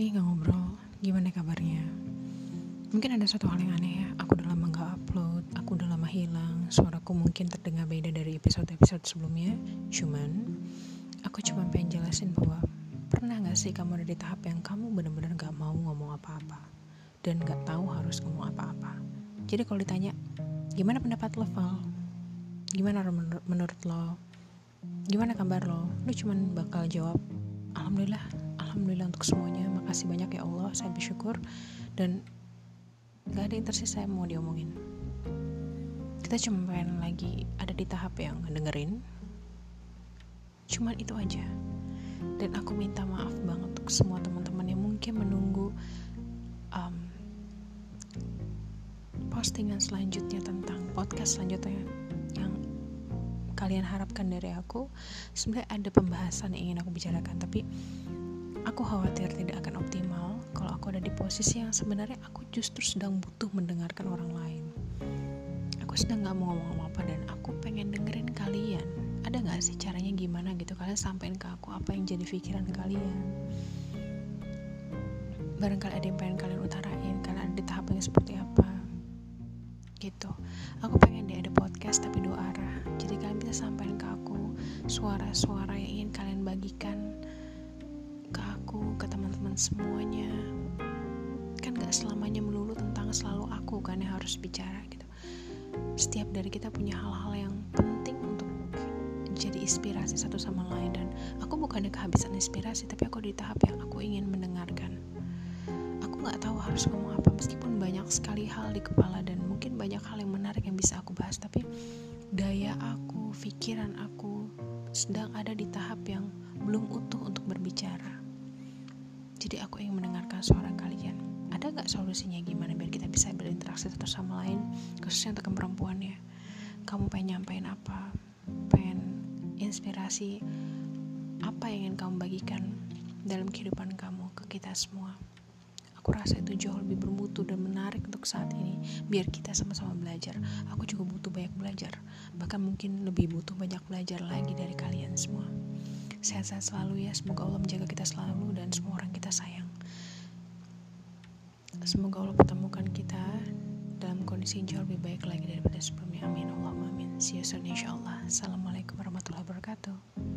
nih nggak ngobrol, gimana kabarnya? Mungkin ada satu hal yang aneh ya, aku udah lama nggak upload, aku udah lama hilang, suaraku mungkin terdengar beda dari episode-episode sebelumnya. Aku cuma pengen jelasin bahwa pernah nggak sih kamu ada di tahap yang kamu benar-benar nggak mau ngomong apa-apa dan nggak tahu harus ngomong apa-apa. Jadi kalau ditanya, gimana pendapat lo, Val? Gimana menurut lo? Gimana kabar lo? Lo cuman bakal jawab, Alhamdulillah untuk semuanya, makasih banyak ya Allah, saya bersyukur, dan gak ada yang tersisa yang mau diomongin. Kita cuma pengen lagi ada di tahap yang dengerin, cuman itu aja. Dan aku minta maaf banget untuk semua teman-teman yang mungkin menunggu postingan selanjutnya tentang podcast selanjutnya yang kalian harapkan dari aku. Sebenarnya ada pembahasan yang ingin aku bicarakan, tapi aku khawatir tidak akan optimal kalau aku ada di posisi yang sebenarnya aku justru sedang butuh mendengarkan orang lain. Aku sedang gak mau ngomong apa dan aku pengen dengerin kalian. Ada gak sih caranya gimana gitu kalian sampein ke aku apa yang jadi pikiran kalian? Barangkali ada yang pengen kalian utarain, kalian ada di tahap yang seperti apa gitu. Aku pengen ada podcast tapi dua arah. Jadi kalian bisa sampein ke aku suara-suara yang ingin kalian bagikan ke aku, ke teman-teman semuanya. Kan gak selamanya melulu tentang selalu aku kan yang harus bicara gitu. Setiap dari kita punya hal-hal yang penting untuk jadi inspirasi satu sama lain. Dan aku bukannya kehabisan inspirasi, tapi aku di tahap yang aku ingin mendengarkan. Aku gak tahu harus ngomong apa, meskipun banyak sekali hal di kepala dan mungkin banyak hal yang menarik yang bisa aku bahas, tapi daya aku, pikiran aku sedang ada di tahap yang belum utuh untuk berbicara. Jadi aku ingin mendengarkan suara kalian. Ada gak solusinya gimana biar kita bisa berinteraksi satu sama lain, khususnya untuk perempuan ya? Kamu pengen nyampein apa? Pengen inspirasi apa yang ingin kamu bagikan dalam kehidupan kamu ke kita semua? Aku rasa itu jauh lebih bermutu dan menarik untuk saat ini, biar kita sama-sama belajar. Aku juga butuh banyak belajar, bahkan mungkin lebih butuh banyak belajar lagi dari kalian semua. Sehat-sehat selalu ya, semoga Allah menjaga kita selalu dan semua orang kita sayang. Semoga Allah pertemukan kita dalam kondisi yang jauh lebih baik lagi daripada sebelumnya. Amin Allahumma amin. See you soon insyaAllah. Assalamualaikum warahmatullahi wabarakatuh.